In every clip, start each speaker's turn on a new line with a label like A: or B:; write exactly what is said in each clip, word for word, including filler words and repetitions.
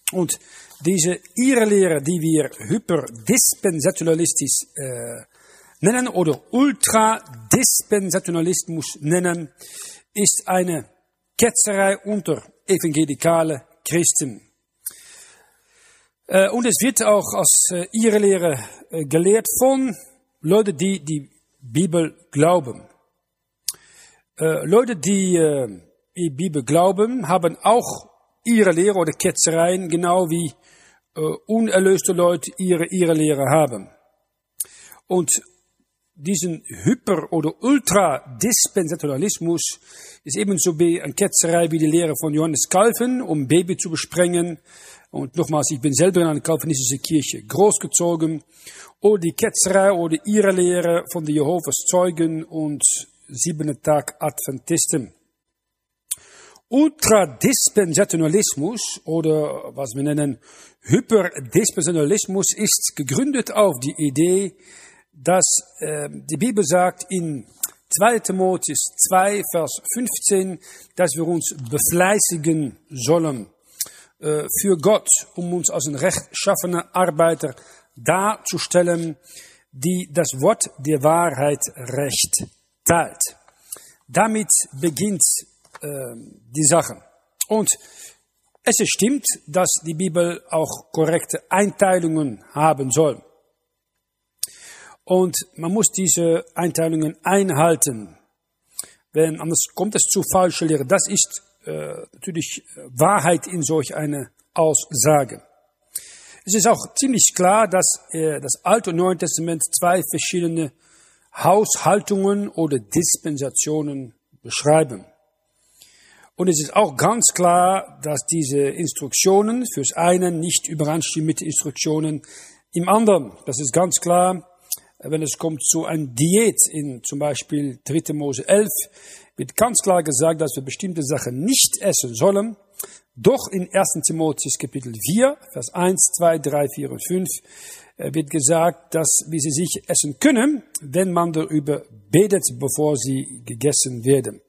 A: Und diese ihre Lehre, die wir hyperdispensationalistisch äh, nennen oder Ultradispensationalismus nennen, ist eine Ketzerei unter evangelikale Christen. Äh, und es wird auch als äh, ihre Lehre äh, gelehrt von Leuten, die die Bibel glauben. Äh, Leute, die äh, die Bibel glauben, haben auch ihre Lehre oder Ketzereien, genau wie äh, unerlöste Leute ihre, ihre Lehre haben. Und diesen Hyper- oder Ultradispensationalismus ist ebenso eine Ketzerei wie die Lehre von Johannes Calvin, um Baby zu besprengen. Und nochmals, ich bin selber in einer calvinistische Kirche großgezogen. Oder die Ketzerei oder ihre Lehre von den Jehovas Zeugen und siebenten Tag Adventisten. Ultradispensationalismus oder was wir nennen Hyperdispensationalismus ist gegründet auf die Idee, dass äh, die Bibel sagt in zweiter Timotheus zwei, Vers fünfzehn, dass wir uns befleißigen sollen äh, für Gott, um uns als ein rechtschaffener Arbeiter darzustellen, die das Wort der Wahrheit recht teilt. Damit beginnt äh, die Sache. Und es stimmt, dass die Bibel auch korrekte Einteilungen haben soll. Und man muss diese Einteilungen einhalten, denn anders kommt es zu falscher Lehre. Das ist äh, natürlich Wahrheit in solch einer Aussage. Es ist auch ziemlich klar, dass äh, das Alte und Neue Testament zwei verschiedene Haushaltungen oder Dispensationen beschreiben. Und es ist auch ganz klar, dass diese Instruktionen fürs eine nicht übereinstimmen mit den Instruktionen im anderen. Das ist ganz klar. Wenn es kommt zu einer Diät in zum Beispiel dritter Mose elf, wird ganz klar gesagt, dass wir bestimmte Sachen nicht essen sollen. Doch in erster Timotheus Kapitel vier, Vers eins, zwei, drei, vier und fünf wird gesagt, dass wir sie sich essen können, wenn man darüber betet, bevor sie gegessen werden.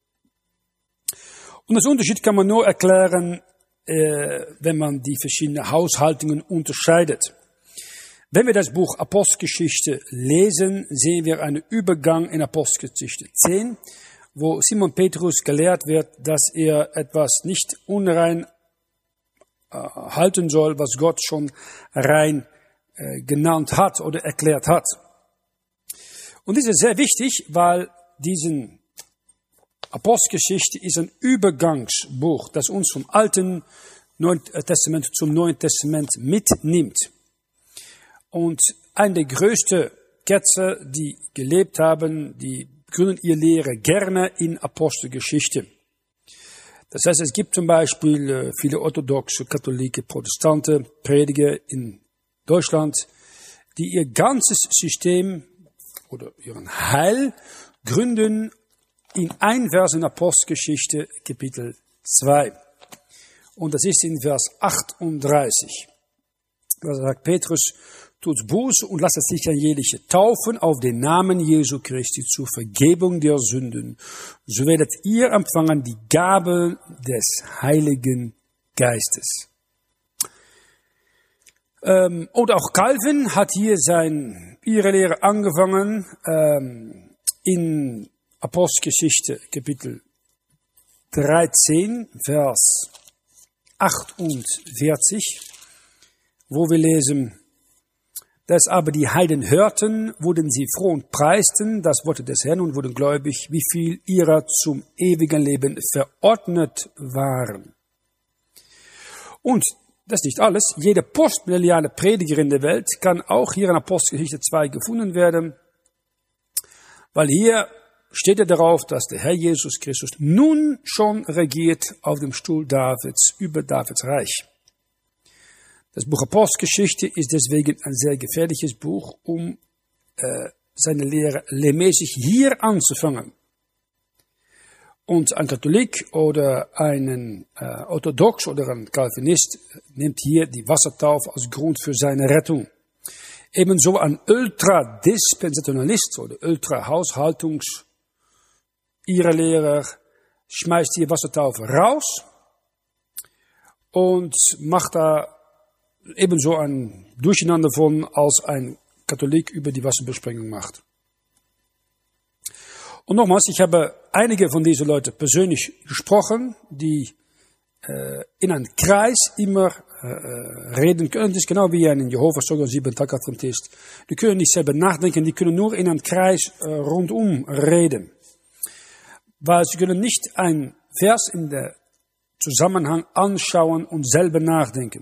A: Und das Unterschied kann man nur erklären, wenn man die verschiedenen Haushaltungen unterscheidet. Wenn wir das Buch Apostelgeschichte lesen, sehen wir einen Übergang in Apostelgeschichte zehn, wo Simon Petrus gelehrt wird, dass er etwas nicht unrein äh, halten soll, was Gott schon rein äh, genannt hat oder erklärt hat. Und das ist sehr wichtig, weil diesen Apostelgeschichte ist ein Übergangsbuch, das uns vom Alten Testament zum Neuen Testament mitnimmt. Und eine der größten Ketzer, die gelebt haben, die gründen ihre Lehre gerne in Apostelgeschichte. Das heißt, es gibt zum Beispiel viele orthodoxe, katholische, Protestanten, Prediger in Deutschland, die ihr ganzes System oder ihren Heil gründen in ein Vers in Apostelgeschichte, Kapitel zwei. Und das ist in Vers achtunddreißig. Da sagt Petrus, tut Buße und lasst sich an jegliche taufen auf den Namen Jesu Christi zur Vergebung der Sünden. So werdet ihr empfangen die Gabe des Heiligen Geistes. Ähm, und auch Calvin hat hier sein, ihre Lehre angefangen ähm, in Apostelgeschichte Kapitel dreizehn, Vers achtundvierzig, wo wir lesen, dass aber die Heiden hörten, wurden sie froh und preisten das Wort des Herrn und wurden gläubig, wie viel ihrer zum ewigen Leben verordnet waren. Und das ist nicht alles. Jede postmillenniale Predigerin der Welt kann auch hier in Apostelgeschichte zwei gefunden werden, weil hier steht ja darauf, dass der Herr Jesus Christus nun schon regiert auf dem Stuhl Davids über Davids Reich. Das Buch Apostelgeschichte ist deswegen ein sehr gefährliches Buch, um äh, seine Lehre lehrmäßig hier anzufangen. Und ein Katholik oder ein äh, Orthodox oder ein Calvinist nimmt hier die Wassertaufe als Grund für seine Rettung. Ebenso ein Ultradispensationalist oder Ultrahaushaltungs ihre Lehrer schmeißt die Wassertaufe raus und macht da ebenso ein Durcheinander von, als ein Katholik über die Wasserbesprengung macht. Und nochmals, ich habe einige von diesen Leuten persönlich gesprochen, die äh, in einem Kreis immer äh, reden können. Das ist genau wie ein Jehovah's Zeuge oder Sieben-Tag-Adventist. Die können nicht selber nachdenken, die können nur in einem Kreis äh, rundum reden. Weil sie können nicht ein Vers in der Zusammenhang anschauen und selber nachdenken.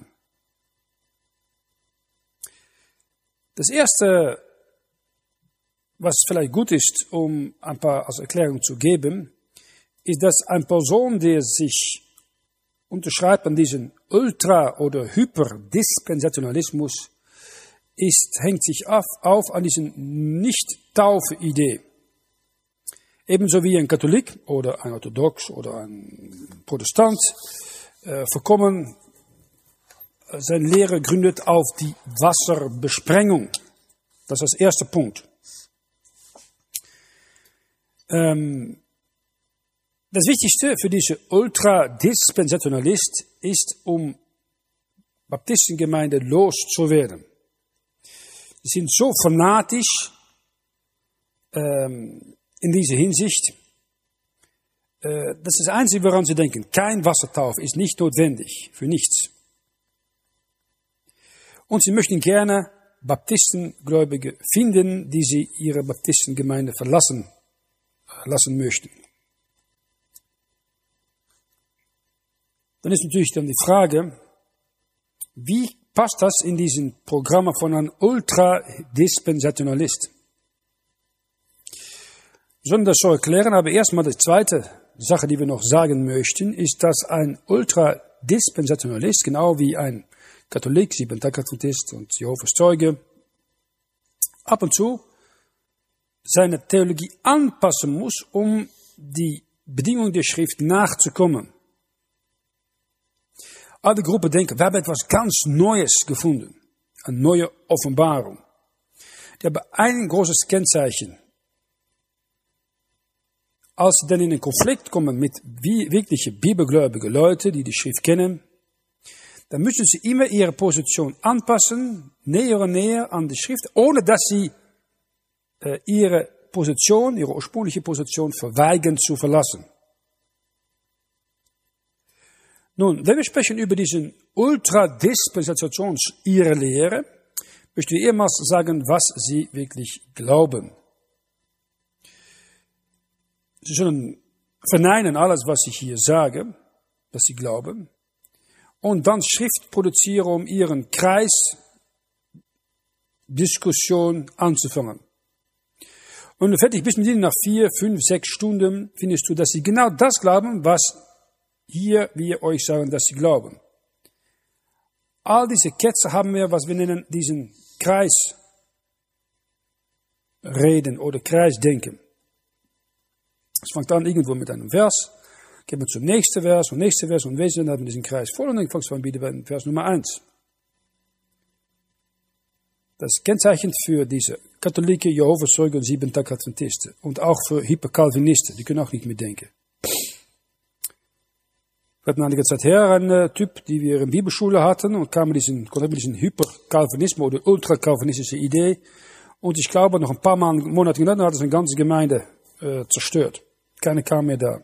A: Das erste, was vielleicht gut ist, um ein paar als Erklärung zu geben, ist, dass eine Person, die sich unterschreibt an diesen Ultra- oder Hyperdispensationalismus, ist, hängt sich auf, auf an diesen Nicht-Taufe-Idee. Ebenso wie ein Katholik oder ein Orthodox oder ein Protestant äh, vollkommen seine Lehre gründet auf die Wasserbesprengung. Das ist der erste Punkt. Ähm, das Wichtigste für diese Ultradispensationalist ist, um Baptistengemeinde loszuwerden. Sie sind so fanatisch ähm, in dieser Hinsicht, äh, das ist das Einzige, woran sie denken. Kein Wassertaufe ist nicht notwendig, für nichts. Und sie möchten gerne Baptistengläubige finden, die sie ihre Baptistengemeinde verlassen lassen möchten. Dann ist natürlich dann die Frage, wie passt das in diesen Programm von einem Ultradispensationalist? Wir sollen das so erklären, aber erstmal die zweite Sache, die wir noch sagen möchten, ist, dass ein Ultradispensationalist, genau wie ein Katholik, Sieben-Tag-Adventist und Jehovah's Zeuge, ab und zu seine Theologie anpassen muss, um die Bedingungen der Schrift nachzukommen. Alle Gruppen denken, wir haben etwas ganz Neues gefunden, eine neue Offenbarung. Die haben ein großes Kennzeichen. Als sie dann in einen Konflikt kommen mit wirkliche bibelgläubige Leute, die die Schrift kennen, dann müssen sie immer ihre Position anpassen, näher und näher an die Schrift, ohne dass sie äh, ihre Position, ihre ursprüngliche Position verweigern zu verlassen. Nun, wenn wir sprechen über diesen Ultradispensations-Irrlehre, möchten wir erstmals sagen, was sie wirklich glauben. Sie sollen verneinen alles, was ich hier sage, was sie glauben, und dann Schrift produzieren, um ihren Kreisdiskussion anzufangen. Und wenn du fertig bist mit ihnen nach vier, fünf, sechs Stunden, findest du, dass sie genau das glauben, was hier wir euch sagen, dass sie glauben. All diese Ketzer haben wir, was wir nennen, diesen Kreisreden oder Kreisdenken. Es fängt an irgendwo mit einem Vers, geht man zum nächsten Vers und nächsten Vers und wesentlich hat man diesen Kreis voll und dann fängt man wieder bei Vers Nummer eins. Das Kennzeichen für diese Katholiken, Jehovah's Zeugen und Sieben-Tag-Adventisten und auch für Hyperkalvinisten, die können auch nicht mitdenken. Wir hatten einige Zeit her einen äh, Typ, die wir in Bibelschule hatten und kam mit diesen, mit diesen Hyperkalvinismus oder ultrakalvinistische Idee. Und ich glaube, noch ein paar Monate danach hat es eine ganze Gemeinde äh, zerstört. Keiner kam mehr da.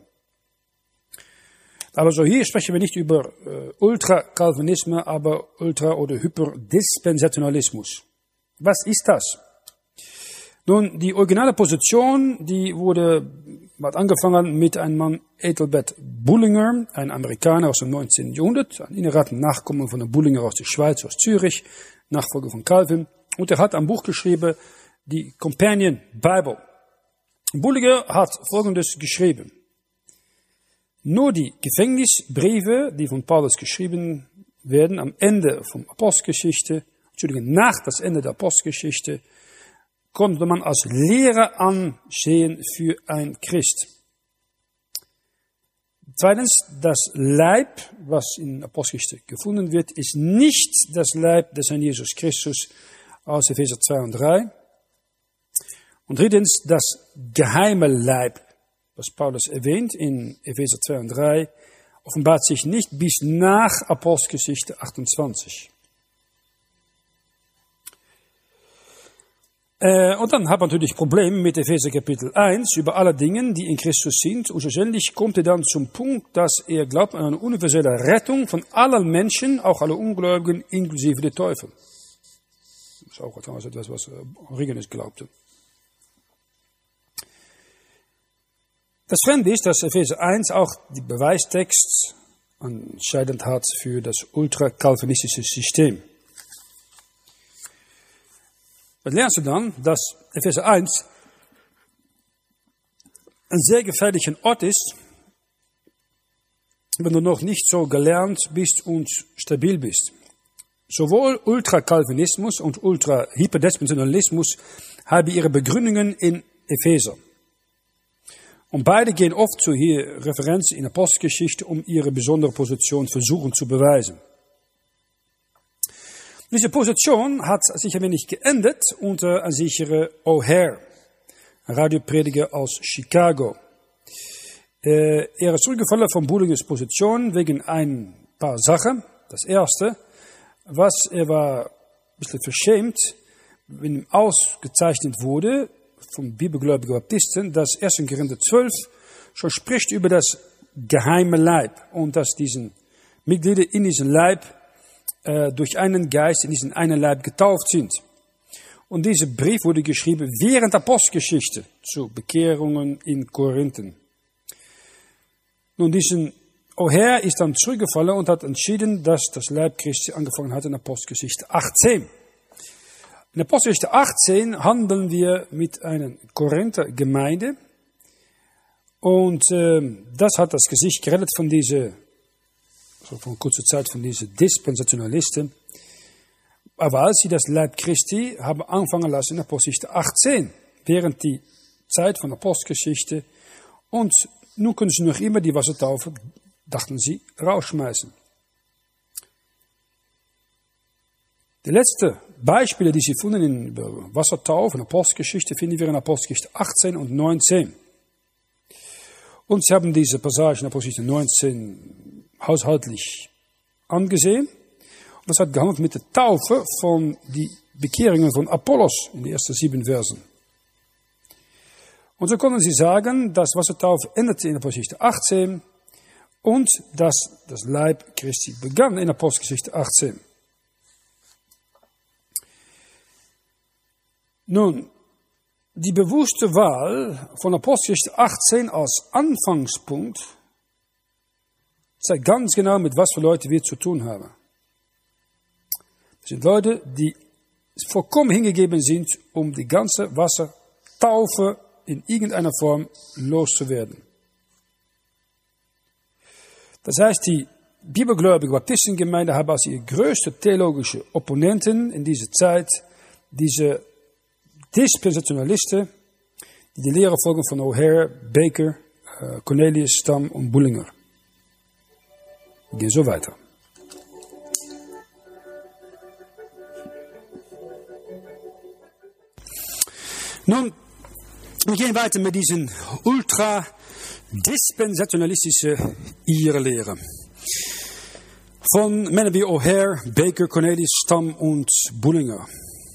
A: Aber so hier sprechen wir nicht über äh, Ultrakalvinismus, aber Ultra- oder Hyperdispensationalismus. Was ist das? Nun, die originale Position, die wurde, hat angefangen mit einem Mann, Ethelbert Bullinger, ein Amerikaner aus dem neunzehnten Jahrhundert, ein inhärenter Nachkommen von einem Bullinger aus der Schweiz, aus Zürich, Nachfolger von Calvin. Und er hat ein Buch geschrieben, die Companion Bible. Bullinger hat Folgendes geschrieben. Nur die Gefängnisbriefe, die von Paulus geschrieben werden, am Ende von Apostelgeschichte, Entschuldigung, nach das Ende der Apostelgeschichte, konnte man als Lehre ansehen für ein Christ. Zweitens, das Leib, was in Apostelgeschichte gefunden wird, ist nicht das Leib des Herrn Jesus Christus aus Epheser zwei und drei. Und drittens, das geheime Leib, was Paulus erwähnt in Epheser zwei und drei, offenbart sich nicht bis nach Apostelgeschichte achtundzwanzig. Äh, und dann hat man natürlich Probleme mit Epheser Kapitel eins über alle Dinge, die in Christus sind. Und schlussendlich kommt er dann zum Punkt, dass er glaubt an eine universelle Rettung von allen Menschen, auch alle Ungläubigen, inklusive der Teufel. Das ist auch etwas, was Origenes glaubte. Das Fremde ist, dass Epheser eins auch die Beweistext entscheidend hat für das ultrakalvinistische System. Was lernst du dann, dass Epheser eins ein sehr gefährlicher Ort ist, wenn du noch nicht so gelernt bist und stabil bist. Sowohl Ultrakalvinismus und Ultra-Hyperdispensationalismus haben ihre Begründungen in Epheser. Und beide gehen oft zu hier Referenzen in Apostelgeschichte, um ihre besondere Position versuchen zu beweisen. Diese Position hat sich ein wenig geändert unter ein sicherer O'Hare, ein Radioprediger aus Chicago. Äh, er ist zurückgefallen von Bullingers Position wegen ein paar Sachen. Das erste, was er war ein bisschen verschämt, wenn ihm ausgezeichnet wurde von bibelgläubigen Baptisten, dass erster Korinther zwölf schon spricht über das geheime Leib und dass diesen Mitglieder in diesem Leib durch einen Geist in diesen einen Leib getauft sind. Und dieser Brief wurde geschrieben während der Apostelgeschichte zu Bekehrungen in Korinthen. Nun, diesen O'Hare ist dann zurückgefallen und hat entschieden, dass das Leib Christi angefangen hat in Apostelgeschichte achtzehn. In Apostelgeschichte achtzehn handeln wir mit einer Korinther Gemeinde und äh, das hat das Gesicht gerettet von dieser so von kurzer Zeit von diesen Dispensationalisten. Aber als sie das Leib Christi haben anfangen lassen in Apostelgeschichte achtzehn, während die Zeit von Apostelgeschichte, und nun können sie noch immer die Wassertaufe, dachten sie, rausschmeißen. Die letzten Beispiele, die sie finden in Wassertaufe und Apostelgeschichte, finden wir in Apostelgeschichte achtzehn und neunzehn. Und sie haben diese Passage in Apostelgeschichte neunzehn haushaltlich angesehen. Und das hat gehandelt mit der Taufe von die Bekehrungen von Apollos in den ersten sieben Versen. Und so können sie sagen, dass Wassertaufe endete in Apostelgeschichte achtzehn und dass das Leib Christi begann in Apostelgeschichte achtzehn. Nun, die bewusste Wahl von Apostelgeschichte achtzehn als Anfangspunkt zeigt ganz genau, mit was für Leute wir zu tun haben. Das sind Leute, die vollkommen hingegeben sind, um die ganze Wassertaufe in irgendeiner Form loszuwerden. Das heißt, die bibelgläubige Baptistengemeinde haben als ihre größte theologische Opponenten in dieser Zeit diese Dispensationalisten, die die Lehre folgen von O'Hare, Baker, Cornelius, Stam und Bullinger. Wir gehen so weiter. Nun, wir gehen weiter mit diesen ultra-dispensationalistischen Irrlehre. Von Männern wie O'Hare, Baker, Cornelius, Stam und Bullinger.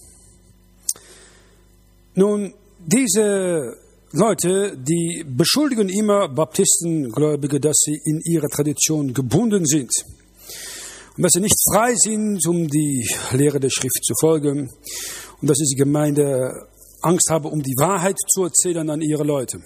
A: Nun, diese Leute, die beschuldigen immer Baptistengläubige, dass sie in ihrer Tradition gebunden sind. Und dass sie nicht frei sind, um die Lehre der Schrift zu folgen. Und dass diese Gemeinde Angst habe, um die Wahrheit zu erzählen an ihre Leute.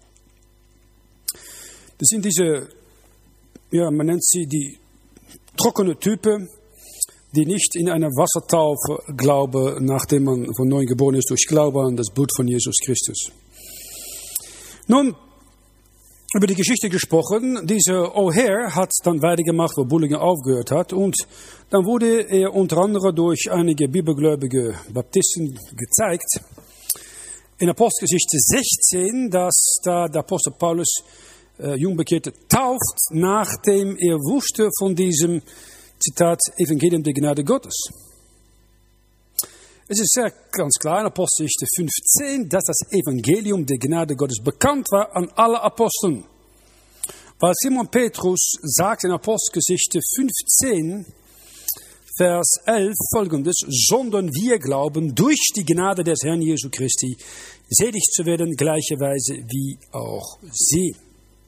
A: Das sind diese, ja, man nennt sie die trockene Typen, die nicht in eine Wassertaufe glauben, nachdem man von neuem geboren ist, durch Glaube an das Blut von Jesus Christus. Nun, über die Geschichte gesprochen, dieser O'Hare hat dann weitergemacht, wo Bullinger aufgehört hat, und dann wurde er unter anderem durch einige bibelgläubige Baptisten gezeigt, in Apostelgeschichte sechzehn, dass da der Apostel Paulus äh, Jungbekehrte tauft, nachdem er wusste von diesem, Zitat, Evangelium der Gnade Gottes. Es ist sehr ganz klar in Apostelgeschichte fünfzehn, dass das Evangelium der Gnade Gottes bekannt war an alle Aposteln. Weil Simon Petrus sagt in Apostelgeschichte fünfzehn, Vers elf folgendes: Sondern wir glauben, durch die Gnade des Herrn Jesu Christi selig zu werden, gleicherweise wie auch sie.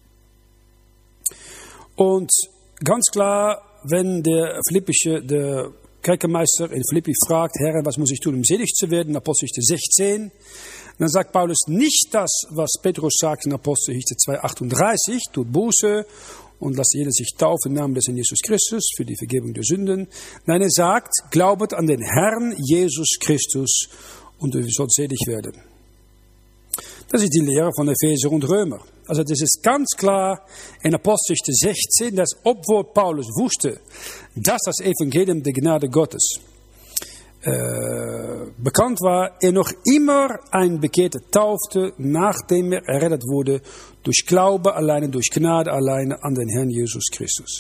A: Und ganz klar, wenn der Philippische, der Kerkermeister in Philippi fragt, Herr, was muss ich tun, um selig zu werden, Apostelgeschichte sechzehn, dann sagt Paulus nicht das, was Petrus sagt in Apostelgeschichte zwei achtunddreißig, tut Buße und lasst jeder sich taufen im Namen des Herrn Jesus Christus für die Vergebung der Sünden. Nein, er sagt, glaubet an den Herrn Jesus Christus und ihr sollt selig werden. Das ist die Lehre von Epheser und Römer. Also das ist ganz klar in Apostelgeschichte sechzehn, dass obwohl Paulus wusste, dass das Evangelium der Gnade Gottes äh, bekannt war, er noch immer ein Bekehrter taufte, nachdem er errettet wurde, durch Glaube alleine, durch Gnade alleine an den Herrn Jesus Christus.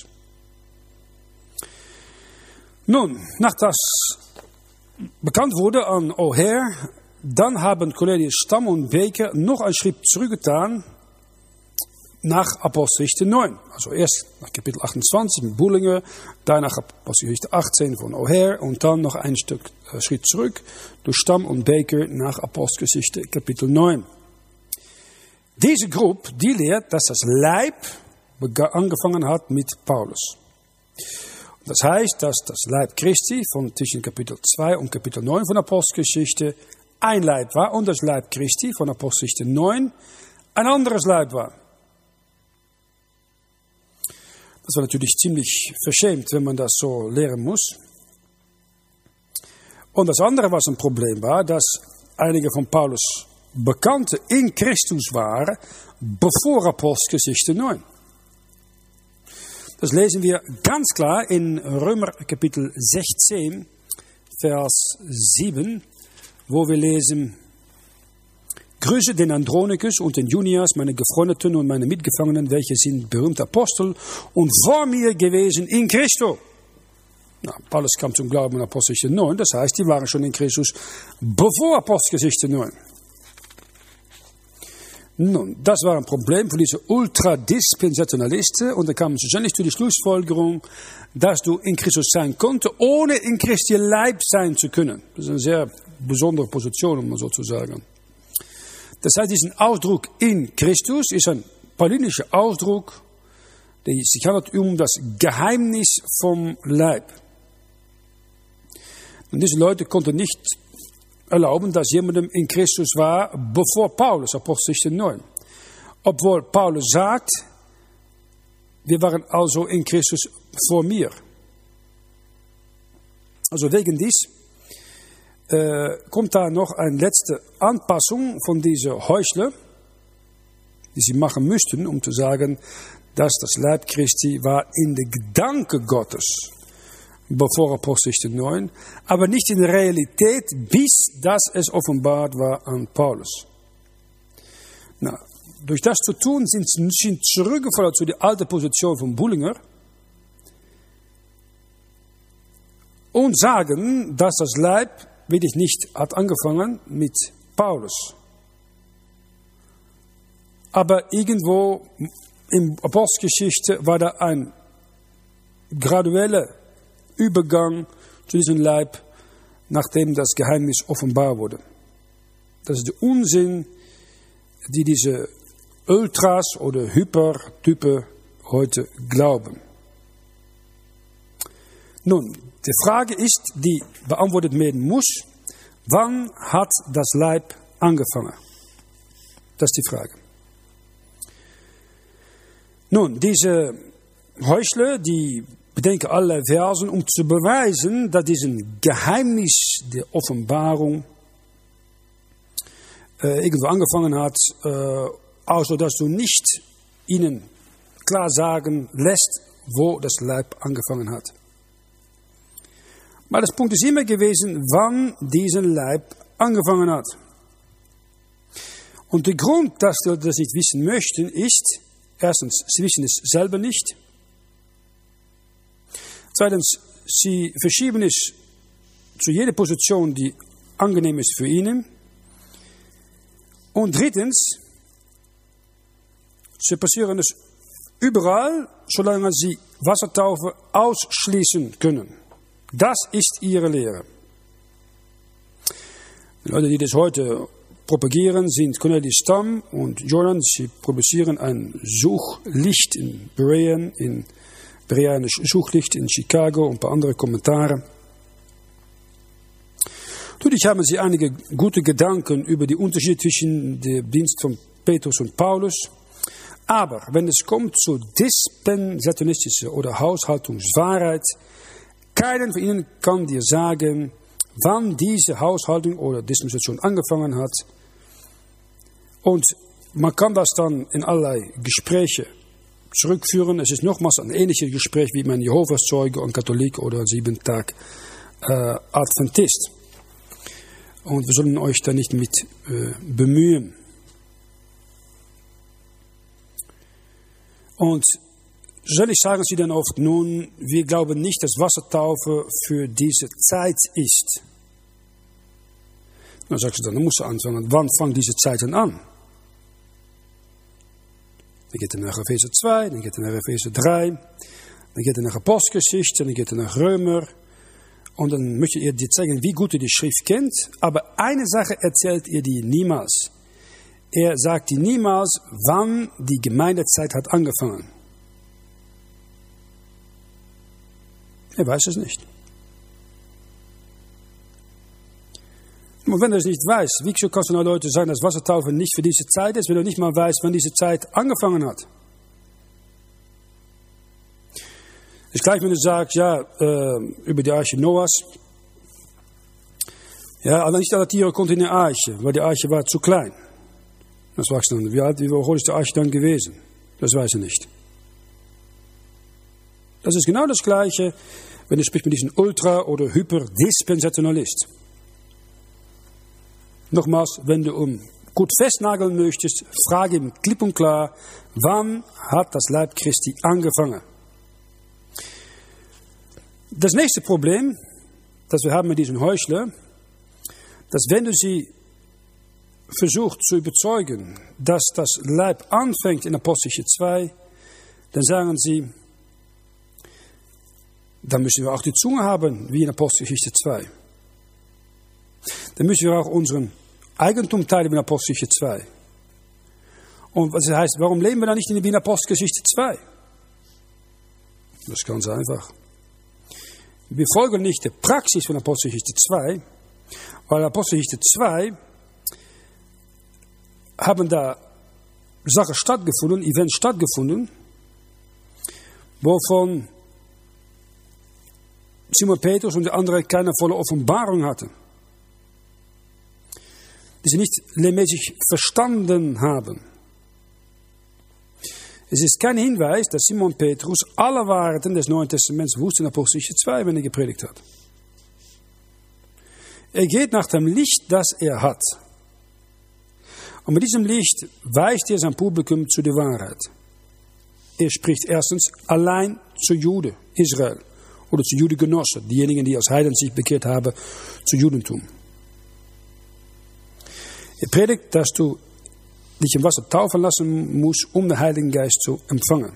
A: Nun, nach das bekannt wurde an O'Hare, dann haben Cornelius Stamm und Baker noch einen Schritt zurückgetan nach Apostelgeschichte neun. Also erst nach Kapitel achtundzwanzig mit Bullinger, dann nach Apostelgeschichte achtzehn von O'Hare und dann noch ein Stück äh, Schritt zurück durch Stamm und Baker nach Apostelgeschichte Kapitel neun. Diese Gruppe, die lehrt, dass das Leib angefangen hat mit Paulus. Das heißt, dass das Leib Christi von zwischen Kapitel zwei und Kapitel neun von Apostelgeschichte ein Leib war und das Leib Christi von Apostelgeschichte neun ein anderes Leib war. Das war natürlich ziemlich verschämt, wenn man das so lehren muss. Und das andere, was ein Problem war, dass einige von Paulus Bekannte in Christus waren, bevor Apostelgeschichte neun. Das lesen wir ganz klar in Römer Kapitel sechzehn, Vers sieben, wo wir lesen: Grüße den Andronicus und den Junias, meine Gefreundeten und meine Mitgefangenen, welche sind berühmte Apostel und vor mir gewesen in Christo. Na, Paulus kam zum Glauben in Apostelgeschichte neun, das heißt, die waren schon in Christus bevor Apostelgeschichte neun. Nun, das war ein Problem für diese Ultradispensationalisten und da kamen sie ständig zu der Schlussfolgerung, dass du in Christus sein konntest, ohne in Christi Leib sein zu können. Das ist eine sehr besondere Position, um mal so zu sagen. Das heißt, diesen Ausdruck in Christus ist ein paulinischer Ausdruck, der sich handelt um das Geheimnis vom Leib. Und diese Leute konnten nicht erlauben, dass jemandem in Christus war, bevor Paulus, Apostelgeschichte neun. Obwohl Paulus sagt, wir waren also in Christus vor mir. Also wegen dies äh, kommt da noch eine letzte Anpassung von dieser Heuchler, die sie machen müssten, um zu sagen, dass das Leib Christi war in der Gedanke Gottes, bevor Apostelgeschichte neun, aber nicht in der Realität, bis das es offenbart war an Paulus. Na, durch das zu tun sind sie zurückgefallen zu der alten Position von Bullinger und sagen, dass das Leib wirklich nicht hat angefangen mit Paulus. Aber irgendwo in Apostelgeschichte war da ein gradueller Übergang zu diesem Leib, nachdem das Geheimnis offenbar wurde. Das ist der Unsinn, die diese Ultras oder Hypertypen heute glauben. Nun, die Frage ist, die beantwortet werden muss, wann hat das Leib angefangen? Das ist die Frage. Nun, diese Heuchler, die bedenken allerlei Versen, um zu beweisen, dass diesen Geheimnis der Offenbarung äh, irgendwo angefangen hat, äh, also dass du nicht ihnen klar sagen lässt, wo das Leib angefangen hat. Aber das Punkt ist immer gewesen, wann diesen Leib angefangen hat. Und der Grund, dass sie das nicht wissen möchten, ist, erstens, sie wissen es selber nicht. Zweitens, sie verschieben es zu jeder Position, die angenehm ist für ihnen. Und drittens, sie passieren es Überall, solange sie Wassertaufe ausschließen können. Das ist ihre Lehre. Die Leute, die das heute propagieren, sind Cornelius Stamm und Jordan. Sie produzieren ein Suchlicht in Berean, in Berean ein Suchlicht in Chicago und ein paar andere Kommentare. Natürlich haben sie einige gute Gedanken über die Unterschiede zwischen dem Dienst von Petrus und Paulus. Aber wenn es kommt zu dispensationistischer oder Haushaltungswahrheit, keiner von ihnen kann dir sagen, wann diese Haushaltung oder Dispensation angefangen hat. Und man kann das dann in allerlei Gespräche zurückführen. Es ist nochmals ein ähnliches Gespräch wie ein Jehovas-Zeuge, ein Katholik oder ein Sieben-Tag-Adventist. Und wir sollen euch da nicht mit äh, bemühen. Und soll ich sagen sie dann oft, nun, wir glauben nicht, dass Wassertaufe für diese Zeit ist. Dann sagst du dann, dann musst du anfangen, wann fängt diese Zeit dann an? Dann geht er nach Epheser zwei, dann geht er nach Epheser drei, dann geht er nach Apostelgeschichte, dann geht er nach Römer. Und dann möchtet ihr dir zeigen, wie gut ihr die Schrift kennt. Aber eine Sache erzählt ihr dir niemals. Er sagt dir niemals, wann die Gemeindezeit hat angefangen. Er weiß es nicht. Und wenn er es nicht weiß, wie kannst du noch Leute sagen, dass Wassertaufe nicht für diese Zeit ist, wenn er nicht mal weiß, wann diese Zeit angefangen hat? Es ist gleich, wenn du sagst, ja, äh, über die Arche Noahs. Ja, aber nicht alle Tiere konnten in die Arche, weil die Arche war zu klein. Dann fragst du dann, wie alt, wie hoch ist die Arche dann gewesen? Das weiß er nicht. Das ist genau das Gleiche, wenn du sprichst mit diesem Ultra- oder Hyperdispensationalist. Nochmals, wenn du um gut festnageln möchtest, frage ihm klipp und klar, wann hat das Leib Christi angefangen? Das nächste Problem, das wir haben mit diesen Heuchlern, dass wenn du sie versucht zu überzeugen, dass das Leib anfängt in Apostelgeschichte zwei, dann sagen sie, dann müssen wir auch die Zunge haben, wie in Apostelgeschichte zwei. Dann müssen wir auch unseren Eigentum teilen in Apostelgeschichte zwei. Und was heißt, warum leben wir dann nicht in Apostelgeschichte zwei? Das ist ganz einfach. Wir folgen nicht der Praxis von Apostelgeschichte zwei, weil Apostelgeschichte zwei haben da Sachen stattgefunden, Events stattgefunden, wovon Simon Petrus und die anderen keine volle Offenbarung hatten. Die sie nicht lehrmäßig verstanden haben. Es ist kein Hinweis, dass Simon Petrus alle Wahrheiten des Neuen Testaments wusste in Apostelgeschichte zwei, wenn er gepredigt hat. Er geht nach dem Licht, das er hat. Und mit diesem Licht weist er sein Publikum zu der Wahrheit. Er spricht erstens allein zu Juden, Israel, oder zu Judengenossen, diejenigen, die als Heiden sich bekehrt haben, zu Judentum. Er predigt, dass du dich im Wasser taufen lassen musst, um den Heiligen Geist zu empfangen.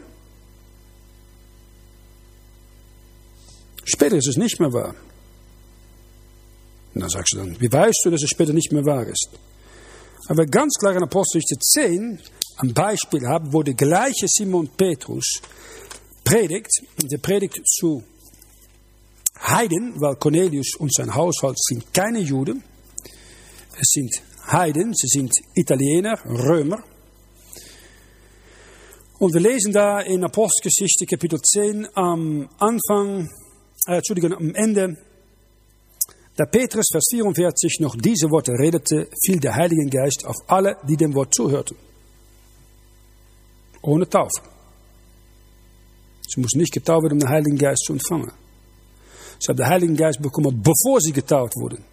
A: Später ist es nicht mehr wahr. Und dann sagst du dann, wie weißt du, dass es später nicht mehr wahr ist? Aber ganz klar in Apostelgeschichte zehn ein Beispiel haben, wo der gleiche Simon Petrus predigt, und der predigt zu Heiden, weil Cornelius und sein Haushalt sind keine Juden, es sind Heiden, sie sind Italiener, Römer. Und wir lesen da in Apostelgeschichte Kapitel zehn am Anfang, äh, Entschuldigung, am Ende, da Petrus, Vers vierundvierzig, noch diese Worte redete, fiel der Heilige Geist auf alle, die dem Wort zuhörten. Ohne Taufe. Sie mussten nicht getauft werden, um den Heiligen Geist zu empfangen. Sie haben den Heiligen Geist bekommen, bevor sie getauft wurden.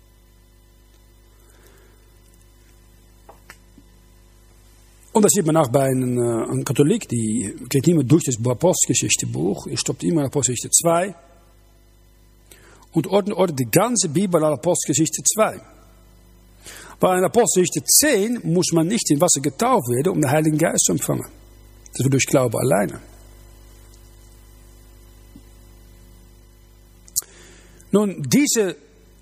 A: Und das sieht man auch bei einem, äh, einem Katholik, die geht nicht mehr durch das Apostelgeschichte-Buch, er stoppt immer in Apostelgeschichte zwei und ordnet, ordnet die ganze Bibel an Apostelgeschichte zwei. Bei einer Apostelgeschichte zehn muss man nicht in Wasser getauft werden, um den Heiligen Geist zu empfangen. Das wird durch Glaube alleine. Nun, diese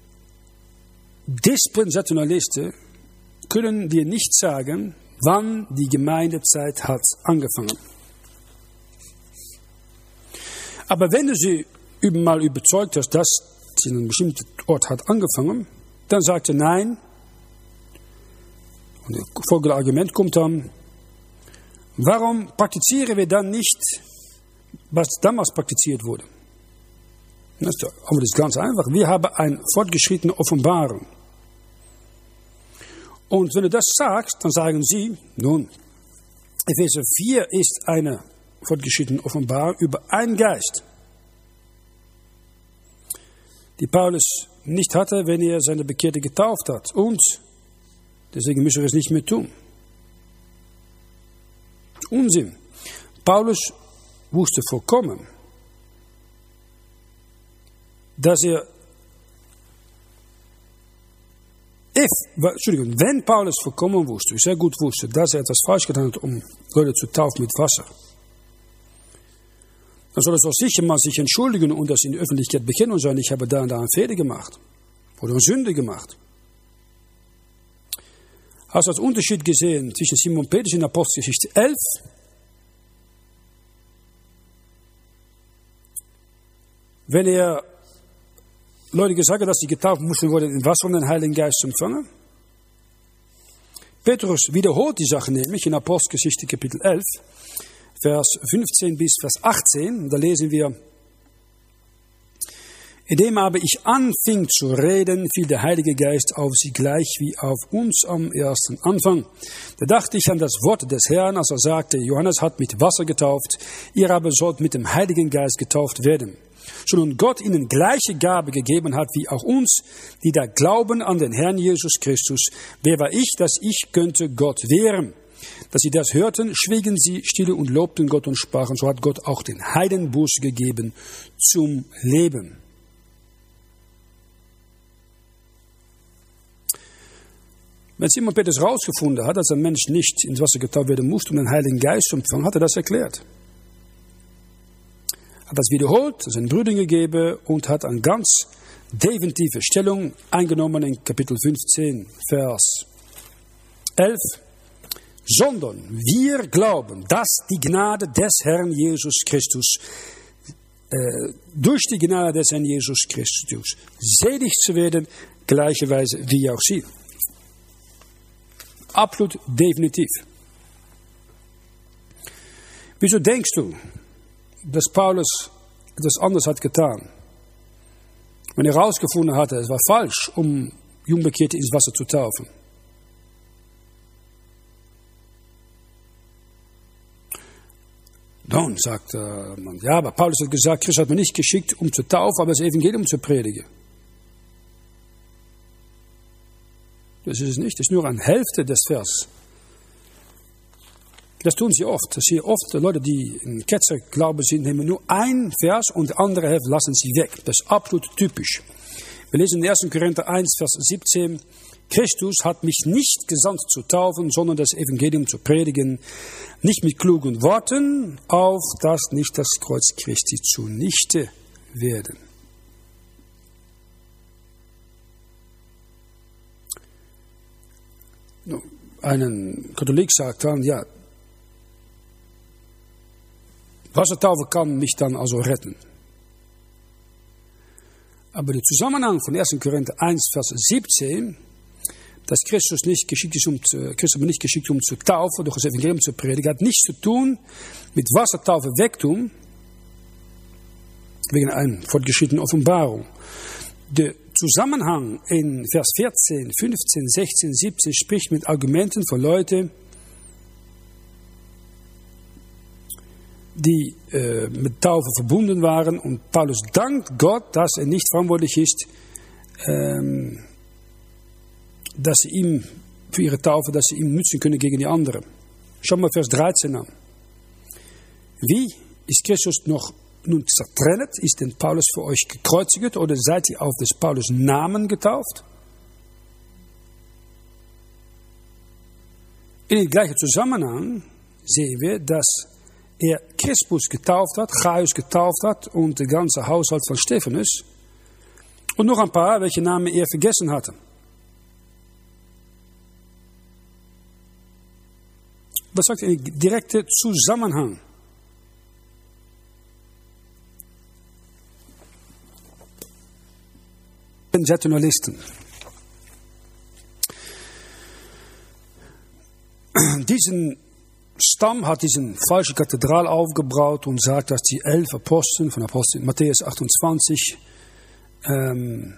A: Dispensationalisten können dir nicht sagen, wann die Gemeindezeit hat angefangen. Aber wenn du sie mal überzeugt hast, dass sie in einem bestimmten Ort hat angefangen, dann sagt er nein. Und das folgende Argument kommt dann, warum praktizieren wir dann nicht, was damals praktiziert wurde? Das ist, aber das ist ganz einfach. Wir haben eine fortgeschrittene Offenbarung. Und wenn du das sagst, dann sagen sie, nun, Epheser vier ist eine fortgeschrittene Offenbarung über einen Geist, die Paulus nicht hatte, wenn er seine Bekehrte getauft hat. Und deswegen müssen wir es nicht mehr tun. Unsinn. Paulus wusste vollkommen, dass er, if, Entschuldigung, wenn Paulus vollkommen wusste, sehr gut wusste, dass er etwas falsch getan hat, um Leute zu taufen mit Wasser, dann soll er doch sicher mal sich entschuldigen und das in der Öffentlichkeit bekennen und sagen, ich habe da und da einen Fehler gemacht oder eine Sünde gemacht. Hast du den Unterschied gesehen zwischen Simon Petrus in Apostelgeschichte elf? Wenn er Leute gesagt hat, dass sie getauft mussten worden in Wasser und den Heiligen Geist zu empfangen. Petrus wiederholt die Sache nämlich in Apostelgeschichte Kapitel elf, Vers fünfzehn bis Vers achtzehn. Da lesen wir, indem aber ich anfing zu reden, fiel der Heilige Geist auf sie gleich wie auf uns am ersten Anfang. Da dachte ich an das Wort des Herrn, als er sagte, Johannes hat mit Wasser getauft, ihr aber sollt mit dem Heiligen Geist getauft werden. So nun Gott ihnen gleiche Gabe gegeben hat wie auch uns, die da glauben an den Herrn Jesus Christus. Wer war ich, dass ich könnte Gott wehren? Dass sie das hörten, schwiegen sie stille und lobten Gott und sprachen, so hat Gott auch den Heiden Buße gegeben zum Leben. Wenn Simon Petrus herausgefunden hat, dass ein Mensch nicht ins Wasser getauft werden musste, um den Heiligen Geist zu empfangen, hat er das erklärt. Hat das wiederholt, seinen Brüdern gegeben und hat eine ganz definitive Stellung eingenommen in Kapitel fünfzehn, Vers elf. Sondern wir glauben, dass die Gnade des Herrn Jesus Christus, äh, durch die Gnade des Herrn Jesus Christus, selig zu werden, gleicherweise wie auch sie. Absolut definitiv. Wieso denkst du, dass Paulus etwas anderes hat getan? Wenn er herausgefunden hatte, es war falsch, um Jungbekehrte ins Wasser zu taufen. Dann sagt man, ja, aber Paulus hat gesagt, Christus hat mir nicht geschickt, um zu taufen, aber das Evangelium zu predigen. Das ist es nicht, das ist nur eine Hälfte des Vers. Das tun sie oft. Das sehe oft Leute, die in Ketzerglauben sind, nehmen nur ein Vers und die andere Hälfte lassen sie weg. Das ist absolut typisch. Wir lesen in ersten Korinther eins, Vers siebzehn. Christus hat mich nicht gesandt zu taufen, sondern das Evangelium zu predigen, nicht mit klugen Worten, auf dass nicht das Kreuz Christi zunichte werden. Ein Katholik sagt dann, ja, Wassertaufe kann mich dann also retten. Aber der Zusammenhang von ersten Korinther eins, Vers siebzehn, dass Christus nicht geschickt ist, um zu, Christus nicht geschickt, um zu taufen, durch das Evangelium zu predigen, hat nichts zu tun mit Wassertaufe wegtun, wegen einer fortgeschrittenen Offenbarung. Der Zusammenhang in Vers vierzehn, fünfzehn, sechzehn, siebzehn spricht mit Argumenten von Leuten, die äh, mit Taufe verbunden waren. Und Paulus dankt Gott, dass er nicht verantwortlich ist, ähm, dass sie ihm für ihre Taufe, dass sie ihm nützen können gegen die anderen. Schau mal Vers dreizehn an. Wie ist Christus noch nun zertrennt? Ist denn Paulus für euch gekreuzigt oder seid ihr auf des Paulus Namen getauft? In dem gleichen Zusammenhang sehen wir, dass er Crispus getauft hat, Gaius getauft hat und der ganze Haushalt von Stephanus. Und noch ein paar, welche Namen er vergessen hatte. Was sagt er? Direkte Zusammenhang. Journalisten. Diesen Stamm hat diesen falsche Kathedral aufgebaut und sagt, dass die elf Apostel von Apostel Matthäus achtundzwanzig ähm,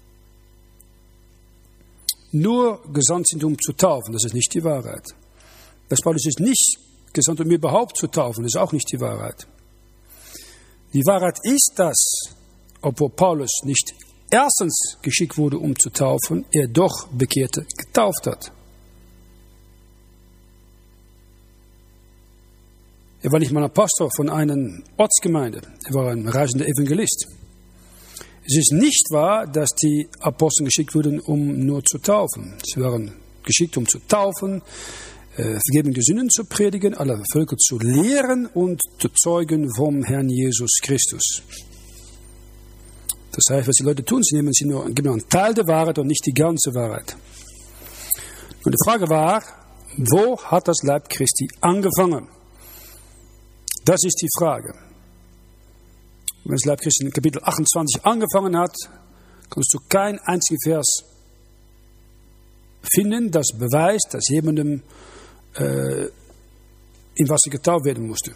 A: nur gesandt sind, um zu taufen. Das ist nicht die Wahrheit. Das Paulus ist nicht gesandt, um überhaupt zu taufen. Das ist auch nicht die Wahrheit. Die Wahrheit ist, dass, obwohl Paulus nicht erstens geschickt wurde, um zu taufen, er doch Bekehrte getauft hat. Er war nicht mal ein Pastor von einer Ortsgemeinde. Er war ein reisender Evangelist. Es ist nicht wahr, dass die Apostel geschickt wurden, um nur zu taufen. Sie waren geschickt, um zu taufen, äh, Vergebung der Sünden zu predigen, alle Völker zu lehren und zu zeugen vom Herrn Jesus Christus. Das heißt, was die Leute tun, sie nehmen sie nur, geben nur einen Teil der Wahrheit und nicht die ganze Wahrheit. Und die Frage war, wo hat das Leib Christi angefangen? Das ist die Frage. Wenn das Leib Christi in Kapitel achtundzwanzig angefangen hat, kannst du keinen einzigen Vers finden, das beweist, dass jemandem äh, in Wasser getauft werden musste.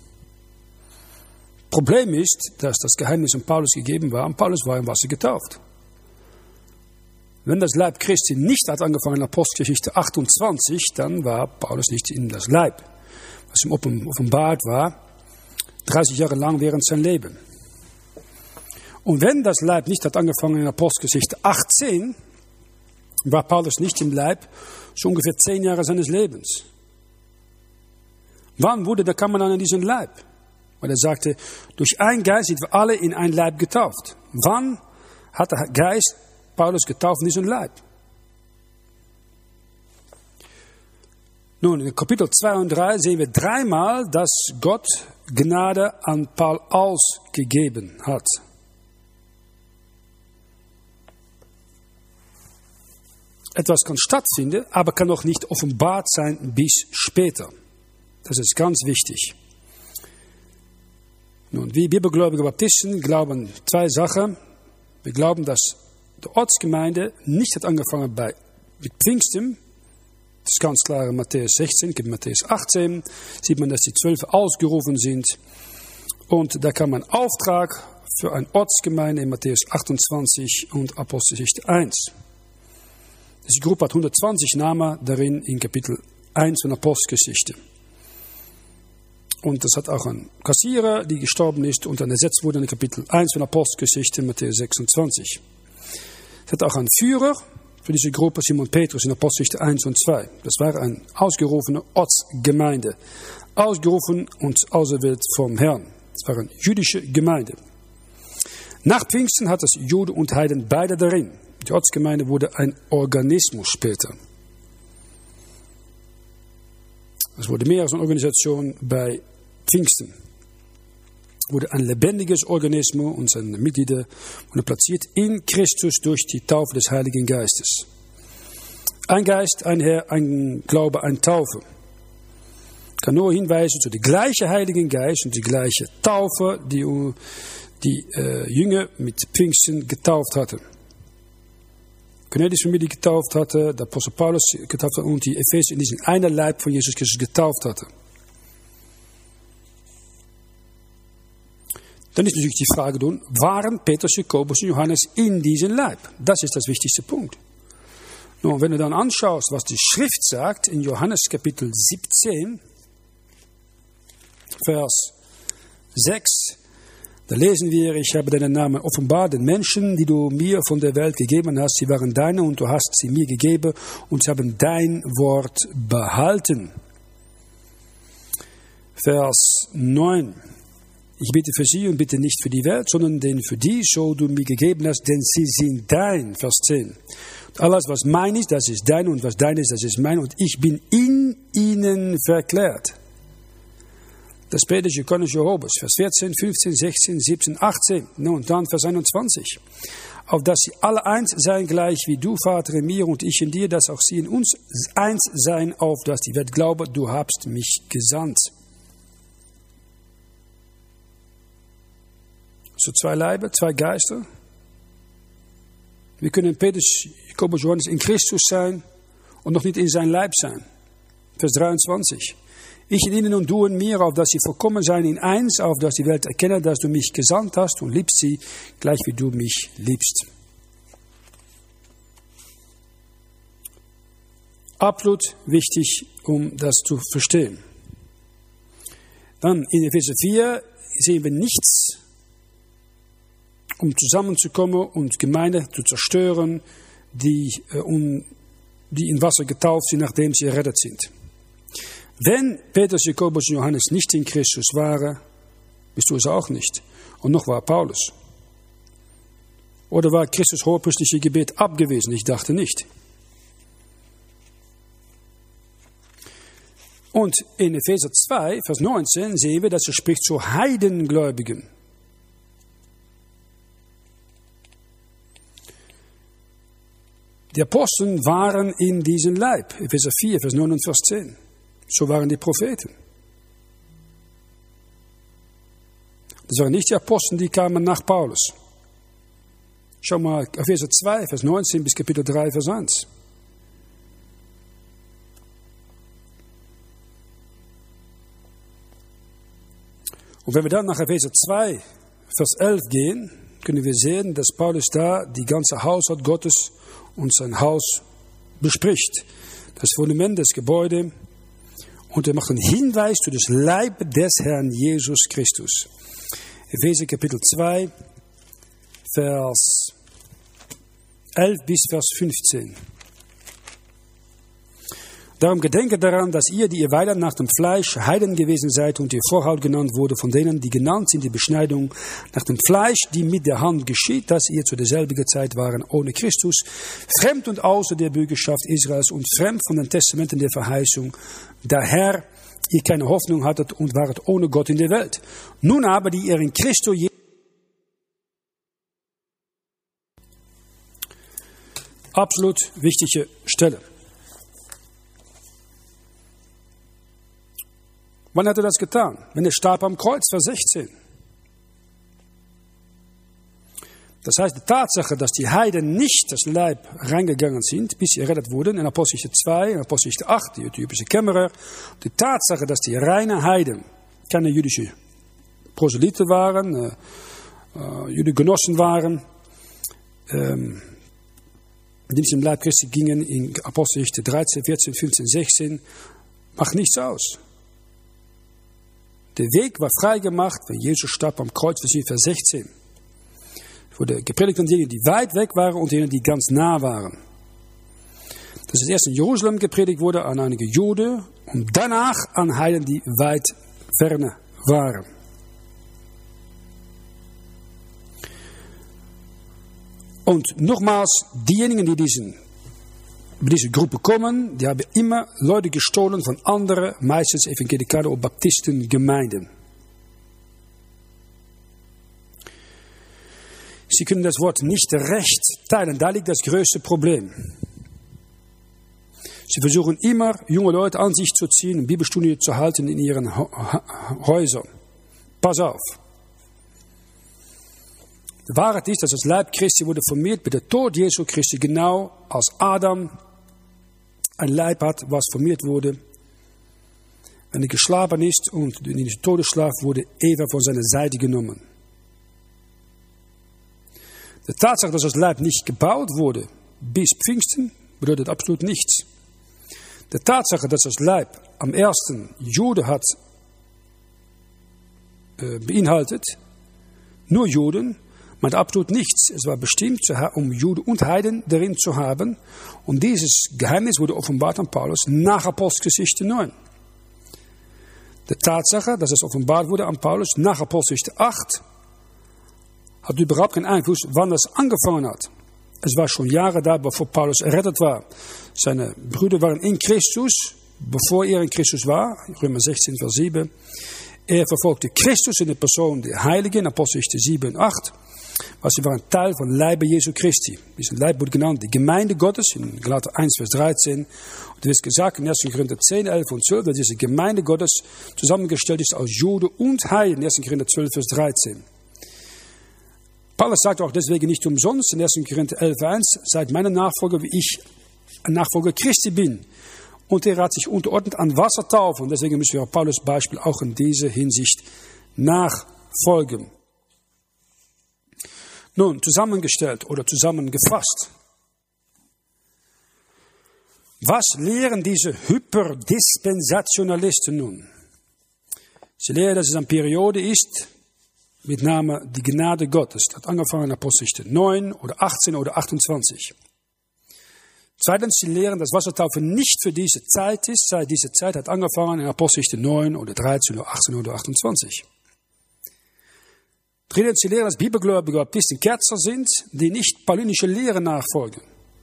A: Problem ist, dass das Geheimnis an Paulus gegeben war und Paulus war im Wasser getauft. Wenn das Leib Christi nicht hat angefangen in Apostelgeschichte achtundzwanzig, dann war Paulus nicht in das Leib, was ihm offenbart war, dreißig Jahre lang während sein Leben. Und wenn das Leib nicht hat angefangen in Apostelgeschichte achtzehn, war Paulus nicht im Leib, so ungefähr zehn Jahre seines Lebens. Wann wurde der kam man dann in diesen Leib? Weil er sagte, durch einen Geist sind wir alle in ein Leib getauft. Wann hat der Geist Paulus getauft in diesen Leib? Nun, in Kapitel zwei und drei sehen wir dreimal, dass Gott Gnade an Paul ausgegeben hat. Etwas kann stattfinden, aber kann noch nicht offenbart sein bis später. Das ist ganz wichtig. Nun, wir bibelgläubige Baptisten glauben zwei Sachen. Wir glauben, dass die Ortsgemeinde nicht hat angefangen bei, mit Pfingsten. Das ist ganz klar in Matthäus sechzehn, in Matthäus achtzehn sieht man, dass die Zwölf ausgerufen sind. Und da kam ein Auftrag für eine Ortsgemeinde in Matthäus achtundzwanzig und Apostelgeschichte eins. Die Gruppe hat hundertzwanzig Namen darin in Kapitel eins von Apostelgeschichte. Und das hat auch ein Kassierer, die gestorben ist und dann ersetzt wurde in Kapitel eins von Apostelgeschichte, Matthäus sechsundzwanzig. Es hat auch einen Führer für diese Gruppe, Simon Petrus, in Apostelgeschichte eins und zwei. Das war eine ausgerufene Ortsgemeinde. Ausgerufen und auserwählt vom Herrn. Das war eine jüdische Gemeinde. Nach Pfingsten hat es Juden und Heiden beide darin. Die Ortsgemeinde wurde ein Organismus später. Es wurde mehr als eine Organisation bei Pfingsten. Es wurde ein lebendiges Organismus und seine Mitglieder wurden platziert in Christus durch die Taufe des Heiligen Geistes. Ein Geist, ein Herr, ein Glaube, ein Taufe. Ich kann nur hinweisen zu dem gleichen Heiligen Geist und die gleiche Taufe, die die äh, Jünger mit Pfingsten getauft hatten. Cornelius Familie getauft hatte, der Apostel Paulus getauft hatte und die Epheser in diesem einen Leib von Jesus Christus getauft hatte. Dann ist natürlich die Frage, dann, waren Petrus, Jakobus und Johannes in diesem Leib? Das ist das wichtigste Punkt. Nun, wenn du dann anschaust, was die Schrift sagt, in Johannes Kapitel siebzehn, Vers sechs, da lesen wir, ich habe deinen Namen offenbart, den Menschen, die du mir von der Welt gegeben hast, sie waren deine und du hast sie mir gegeben und sie haben dein Wort behalten. Vers neun. Ich bitte für sie und bitte nicht für die Welt, sondern denn für die, so du mir gegeben hast, denn sie sind dein. Vers zehn. Und alles, was mein ist, das ist dein und was dein ist, das ist mein und ich bin in ihnen verklärt. Das predigt Johannes Jehovas, Vers vierzehn, fünfzehn, sechzehn, siebzehn, achtzehn. Und dann Vers einundzwanzig. Auf dass sie alle eins seien gleich wie du, Vater, in mir und ich in dir, dass auch sie in uns eins seien, auf dass die Welt glaube, du habst mich gesandt. So zwei Leibe, zwei Geister. Wir können Petrus, Jakobus, Johannes in Christus sein und noch nicht in sein Leib sein. Vers dreiundzwanzig. Ich in ihnen und du in mir, auf dass sie vollkommen sein in eins, auf dass die Welt erkenne, dass du mich gesandt hast und liebst sie, gleich wie du mich liebst. Absolut wichtig, um das zu verstehen. Dann in Epheser vier sehen wir nichts, um zusammenzukommen und Gemeinde zu zerstören, die, äh, um, die in Wasser getauft sind, nachdem sie errettet sind. Wenn Petrus, Jakobus und Johannes nicht in Christus waren, bist du es auch nicht. Und noch war Paulus. Oder war Christus hohepriesterliche Gebet abgewiesen? Ich dachte nicht. Und in Epheser zwei, Vers neunzehn sehen wir, dass er spricht zu Heidengläubigen. Die Apostel waren in diesem Leib. Epheser vier, Vers neun und Vers zehn. So waren die Propheten. Das waren nicht die Apostel, die kamen nach Paulus. Schau mal, Epheser zwei, Vers neunzehn bis Kapitel drei, Vers eins. Und wenn wir dann nach Epheser zwei, Vers elf gehen, können wir sehen, dass Paulus da die ganze Haushalt Gottes und sein Haus bespricht. Das Fundament des Gebäudes. Und er macht einen Hinweis zu das Leib des Herrn Jesus Christus. Epheser Kapitel zwei, Vers elf bis Vers fünfzehn. Darum gedenke daran, dass ihr, die ihr Weiland nach dem Fleisch Heiden gewesen seid und ihr Vorhaut genannt wurde von denen, die genannt sind, die Beschneidung nach dem Fleisch, die mit der Hand geschieht, dass ihr zu derselbigen Zeit waren ohne Christus, fremd und außer der Bürgerschaft Israels und fremd von den Testamenten der Verheißung, daher ihr keine Hoffnung hattet und waret ohne Gott in der Welt. Nun aber, die ihr in Christus Jesus absolut wichtige Stelle. Wann hat er das getan? Wenn er starb am Kreuz, Vers sechzehn. Das heißt, die Tatsache, dass die Heiden nicht das Leib reingegangen sind, bis sie errettet wurden, in Apostelgeschichte zwei, in Apostelgeschichte acht, die äthiopische Kämmerer, die Tatsache, dass die reine Heiden keine jüdische Proselyten waren, äh, äh, Judengenossen waren, ähm, die nicht im Leib Christi gingen, in Apostelgeschichte dreizehn, vierzehn, fünfzehn, sechzehn, macht nichts aus. Der Weg war freigemacht, wenn Jesus starb am Kreuz, Vers sechzehn. Es wurde gepredigt an denen, die weit weg waren und denen, die ganz nah waren. Dass es erst in Jerusalem gepredigt wurde an einige Juden und danach an Heiden, die weit ferne waren. Und nochmals, diejenigen, die diesen, bei dieser Gruppe kommen, die haben immer Leute gestohlen von anderen, meistens evangelikale oder Baptistengemeinden. Sie können das Wort nicht recht teilen, da liegt das größte Problem. Sie versuchen immer, junge Leute an sich zu ziehen, Bibelstudien zu halten in ihren Häusern. Pass auf. Die Wahrheit ist, dass das Leib Christi wurde formiert bei der Tod Jesu Christi, genau als Adam ein Leib hat, was formiert wurde. Wenn er geschlafen ist und in den Todesschlaf wurde Eva von seiner Seite genommen. Die Tatsache, dass das Leib nicht gebaut wurde bis Pfingsten, bedeutet absolut nichts. Die Tatsache, dass das Leib am ersten Jude hat äh, beinhaltet, nur Juden, meint absolut nichts. Es war bestimmt, um Juden und Heiden darin zu haben. Und dieses Geheimnis wurde offenbart an Paulus nach Apostelgeschichte neun. Die Tatsache, dass es offenbart wurde an Paulus nach Apostelgeschichte acht, hat überhaupt keinen Einfluss, wann das angefangen hat. Es war schon Jahre da, bevor Paulus errettet war. Seine Brüder waren in Christus, bevor er in Christus war. Römer sechzehn, Vers sieben. Er verfolgte Christus in der Person der Heiligen, Apostelgeschichte sieben und acht. Was sie waren Teil von Leibe Jesu Christi. Diesen Leib wurde genannt die Gemeinde Gottes in Galater eins, Vers dreizehn. Und es ist gesagt in ersten Korinther zehn, elf und zwölf, dass diese Gemeinde Gottes zusammengestellt ist aus Juden und Heiden. ersten Korinther zwölf, Vers dreizehn. Paulus sagt auch deswegen nicht umsonst in ersten Korinther elf, eins, seid meine Nachfolger, wie ich ein Nachfolger Christi bin. Und er hat sich unterordnet an Wassertaufe. Und deswegen müssen wir auch Paulus Beispiel auch in dieser Hinsicht nachfolgen. Nun, zusammengestellt oder zusammengefasst. Was lehren diese Hyperdispensationalisten nun? Sie lehren, dass es eine Periode ist, mit Name die Gnade Gottes. Das hat angefangen in Apostelgeschichte neun oder achtzehn oder achtundzwanzig. Zweitens, sie lehren, dass Wassertaufe nicht für diese Zeit ist. Seit diese Zeit hat angefangen in Apostelgeschichte neun oder dreizehn oder achtzehn oder achtundzwanzig. Drittens, sie lehren, dass Bibelgläubige Baptisten-Ketzer sind, die nicht paulinische Lehre nachfolgen.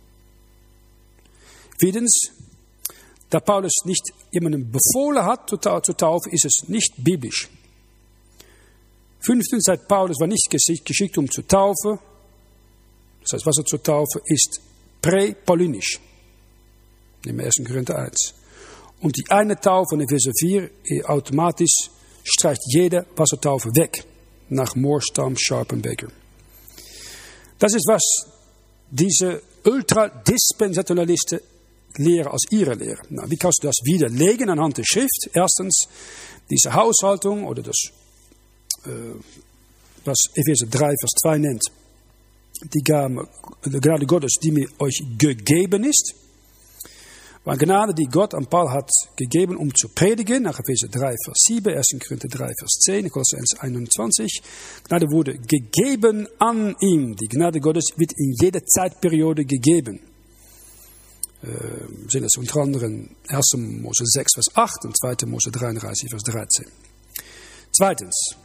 A: Viertens, da Paulus nicht jemandem befohlen hat zu taufen, ist es nicht biblisch. Fünftens, seit Paulus war nicht geschickt, um zu taufen. Das heißt, Wasser zu taufen ist prä-paulinisch. Nehmen wir ersten Korinther eins. Und die eine Taufe in Epheser vier, automatisch streicht jede Wassertaufe weg. Nach Moorstam, Scharpenbeker. Das ist, was diese Ultradispensationalisten lehren als ihre Lehre. Na, wie kannst du das widerlegen anhand der Schrift? Erstens, diese Haushaltung oder das, äh, was Epheser drei, Vers zwei nennt, die Gabe, die Gnade Gottes, die mir euch gegeben ist. War Gnade, die Gott an Paul hat gegeben, um zu predigen, nach Epheser drei, Vers sieben, ersten Korinther drei, Vers zehn, Kolosser eins, einundzwanzig. Gnade wurde gegeben an ihm. Die Gnade Gottes wird in jeder Zeitperiode gegeben. Äh, sind das unter anderem ersten Mose sechs, Vers acht und zweiten Mose dreiunddreißig, Vers dreizehn. Zweitens,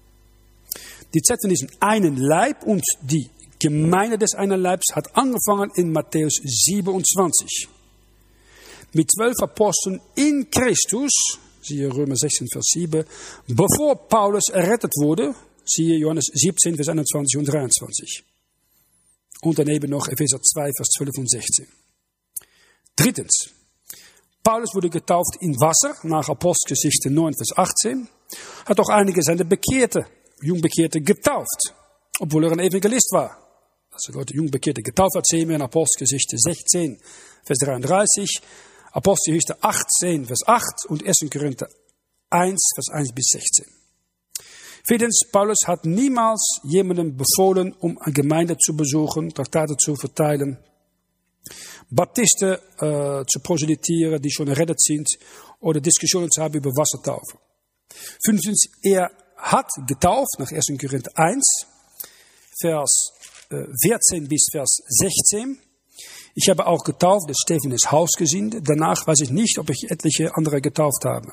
A: die Zeit von diesem einen Leib und die Gemeinde des einen Leibs hat angefangen in Matthäus siebenundzwanzig. Mit zwölf Aposteln in Christus, siehe Römer sechzehn, Vers sieben, bevor Paulus errettet wurde, siehe Johannes siebzehn, Vers einundzwanzig und dreiundzwanzig. Und daneben noch Epheser zwei, Vers zwölf und sechzehn. Drittens, Paulus wurde getauft in Wasser, nach Apostelgeschichte neun, Vers achtzehn, hat auch einige seiner Bekehrte, Jungbekehrte getauft, obwohl er ein Evangelist war. Also Leute, Jungbekehrte getauft hat, sehen wir in Apostelgeschichte sechzehn, Vers dreiunddreißig, Apostelgeschichte achtzehn, Vers acht und ersten Korinther eins, Vers eins bis sechzehn. Viertens, Paulus hat niemals jemandem befohlen, um eine Gemeinde zu besuchen, Traktate zu verteilen, Baptisten äh, zu proselytieren, die schon errettet sind, oder Diskussionen zu haben über Wassertaufe. Fünftens, er hat getauft, nach ersten Korinther eins, Vers äh, vierzehn bis Vers sechzehn. Ich habe auch getauft, das Stephanus Hausgesinde. Danach weiß ich nicht, ob ich etliche andere getauft habe.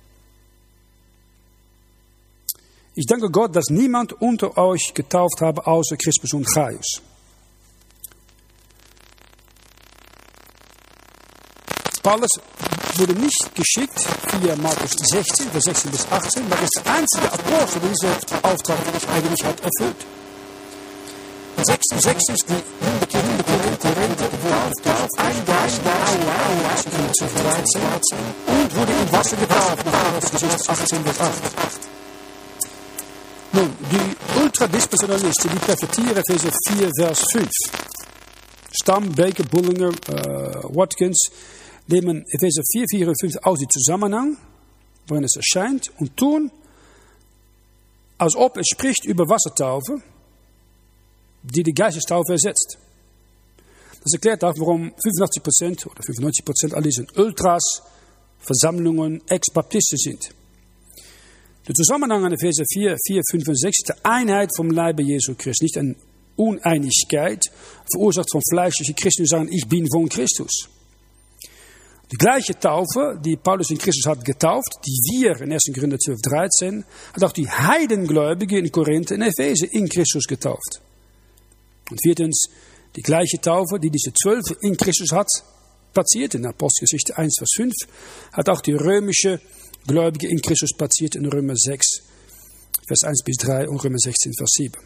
A: Ich danke Gott, dass niemand unter euch getauft habe, außer Crispus und Gaius. Paulus wurde nicht geschickt via Markus sechzehn, Vers sechzehn bis achtzehn, weil er ist der einzige Apostel, der diesen Auftrag eigentlich hat erfüllt. sechs und sechs ist die unbekannte Korinther, wurde auf ein Geist und wurde im Wasser getauft, nach Apostelgeschichte achtzehn, Vers acht. Nun, die Ultradispensationalisten, die pervertieren Epheser vier, Vers fünf. Stamm, Baker, Bullinger, äh, Watkins nehmen Epheser vier, vier und fünf aus dem Zusammenhang, worin es erscheint, und tun, als ob es spricht über Wassertaufe, die die Geistestaufe ersetzt. Das erklärt auch, warum fünfundachtzig Prozent oder fünfundneunzig Prozent all diesen Ultras, Versammlungen, Ex-Baptisten sind. Der Zusammenhang an Epheser vier, vier, fünf und sechs ist die Einheit vom Leibe Jesu Christi, nicht eine Uneinigkeit, verursacht von fleischlichen Christen, die sagen, ich bin von Christus. Die gleiche Taufe, die Paulus in Christus hat getauft, die wir in ersten Korinther zwölf, dreizehn, hat auch die Heidengläubigen in Korinther und Epheser in Christus getauft. Und viertens, die gleiche Taufe, die diese zwölf in Christus hat, platziert in Apostelgeschichte eins, Vers fünf, hat auch die römische Gläubige in Christus platziert in Römer sechs, Vers eins bis drei und Römer sechzehn, Vers sieben.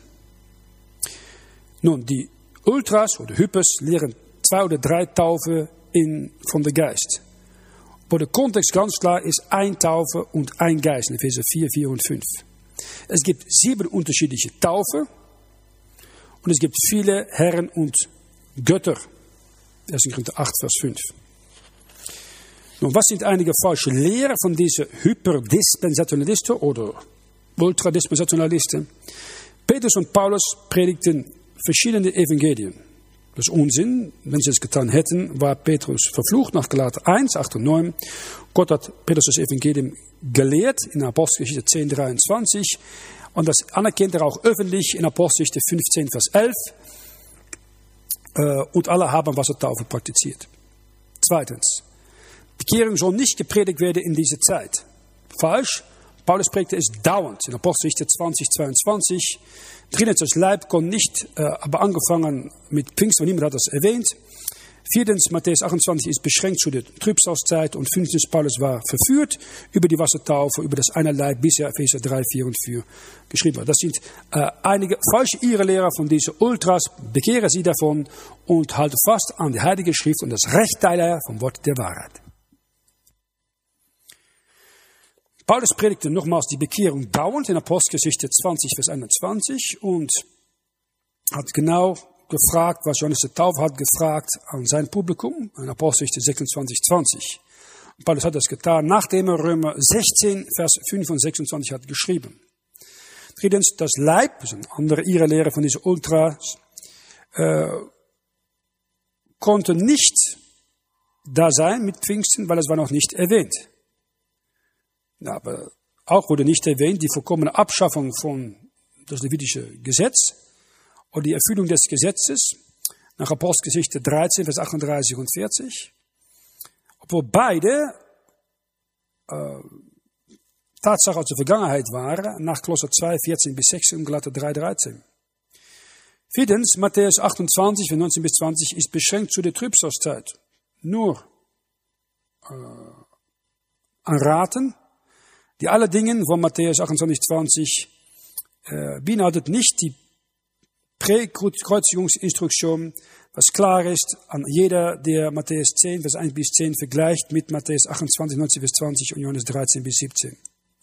A: Nun, die Ultras oder Hypers lehren zwei oder drei Taufe in, von der Geist. Wo der Kontext ganz klar ist, ein Taufe und ein Geist, in Epheser vier, vier und fünf. Es gibt sieben unterschiedliche Taufe und es gibt viele Herren und Götter. erster Korinther acht, Vers fünf. Nun, was sind einige falsche Lehren von diesen Hyperdispensationalisten oder Ultradispensationalisten? Petrus und Paulus predigten verschiedene Evangelien. Das ist Unsinn. Wenn sie es getan hätten, war Petrus verflucht nach Galater eins, acht und neun. Gott hat Petrus das Evangelium gelehrt in Apostelgeschichte zehn, dreiundzwanzig. Und das anerkennt er auch öffentlich in Apostelgeschichte fünfzehn, Vers elf. Und alle haben Wassertaufe praktiziert. Zweitens. Bekehrung soll nicht gepredigt werden in dieser Zeit. Falsch. Paulus predigte es dauernd. In Apostelgeschichte zwanzig, zweiundzwanzig. Drittens, das Leib kon nicht, äh, aber angefangen mit Pfingsten, niemand hat das erwähnt. Viertens, Matthäus achtundzwanzig ist beschränkt zu der Trübsalzeit. Und fünftens, Paulus war verführt über die Wassertaufe, über das eine Leib, bis er Epheser drei, vier und vier geschrieben hat. Das sind äh, einige falsche Irrlehrer von diesen Ultras. Bekehre sie davon und halte fast an die Heilige Schrift und das Rechtteile vom Wort der Wahrheit. Paulus predigte nochmals die Bekehrung dauernd in Apostelgeschichte zwanzig, Vers einundzwanzig und hat genau gefragt, was Johannes der Täufer hat gefragt an sein Publikum, in Apostelgeschichte sechsundzwanzig, zwanzig. Und Paulus hat das getan, nachdem er Römer sechzehn, Vers fünf und sechsundzwanzig hat geschrieben. Drittens, das Leib, das ist eine andere Irrlehre von diesen Ultras, äh, konnte nicht da sein mit Pfingsten, weil es war noch nicht erwähnt. Ja, aber auch wurde nicht erwähnt, die vollkommene Abschaffung von das levitische Gesetz oder die Erfüllung des Gesetzes nach Apostelgeschichte dreizehn, Vers achtunddreißig und vierzig. Obwohl beide äh, Tatsache aus der Vergangenheit waren, nach Kolosser zwei, vierzehn bis sechzehn und Galater drei, dreizehn. Viertens, Matthäus achtundzwanzig, Vers neunzehn bis zwanzig ist beschränkt zu der Trübsalzeit. Nur äh, an Raten, die alle Dinge von Matthäus achtundzwanzig, zwanzig äh, beinhaltet nicht die Präkreuzigungsinstruktion, was klar ist an jeder, der Matthäus zehn, Vers eins bis zehn vergleicht mit Matthäus achtundzwanzig, neunzehn bis zwanzig und Johannes dreizehn bis siebzehn.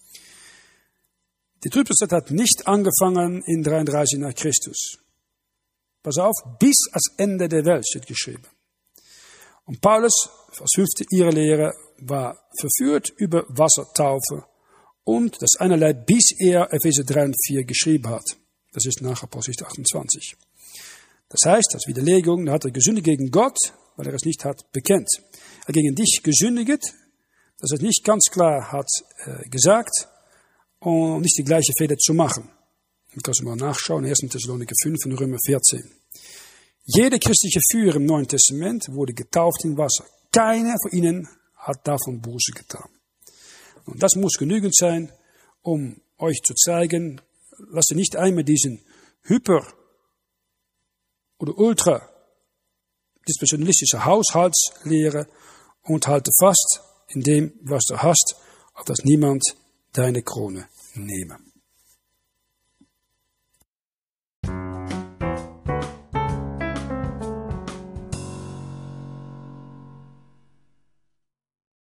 A: Die Trübsalzeit hat nicht angefangen in dreiunddreißig nach Christus. Pass auf, bis ans Ende der Welt steht geschrieben. Und Paulus, als fünfte Irrlehre, war verführt über Wassertaufe und das einerlei, bis er Epheser drei und vier geschrieben hat. Das ist nach Apostelgeschichte achtundzwanzig. Das heißt, als Widerlegung, da hat er gesündigt gegen Gott, weil er es nicht hat bekennt. Er hat gegen dich gesündigt, dass er nicht ganz klar hat äh, gesagt, um nicht die gleiche Fehler zu machen. Du kannst mal nachschauen, erster Thessaloniker fünf und Römer vierzehn. Jede christliche Führer im Neuen Testament wurde getauft in Wasser. Keiner von ihnen hat davon Buße getan. Und das muss genügend sein, um euch zu zeigen, lasst ihr nicht einmal diesen Hyper- oder ultra-dispensationalistische Haushaltslehre und halte fast in dem, was du hast, auf dass niemand deine Krone nehme.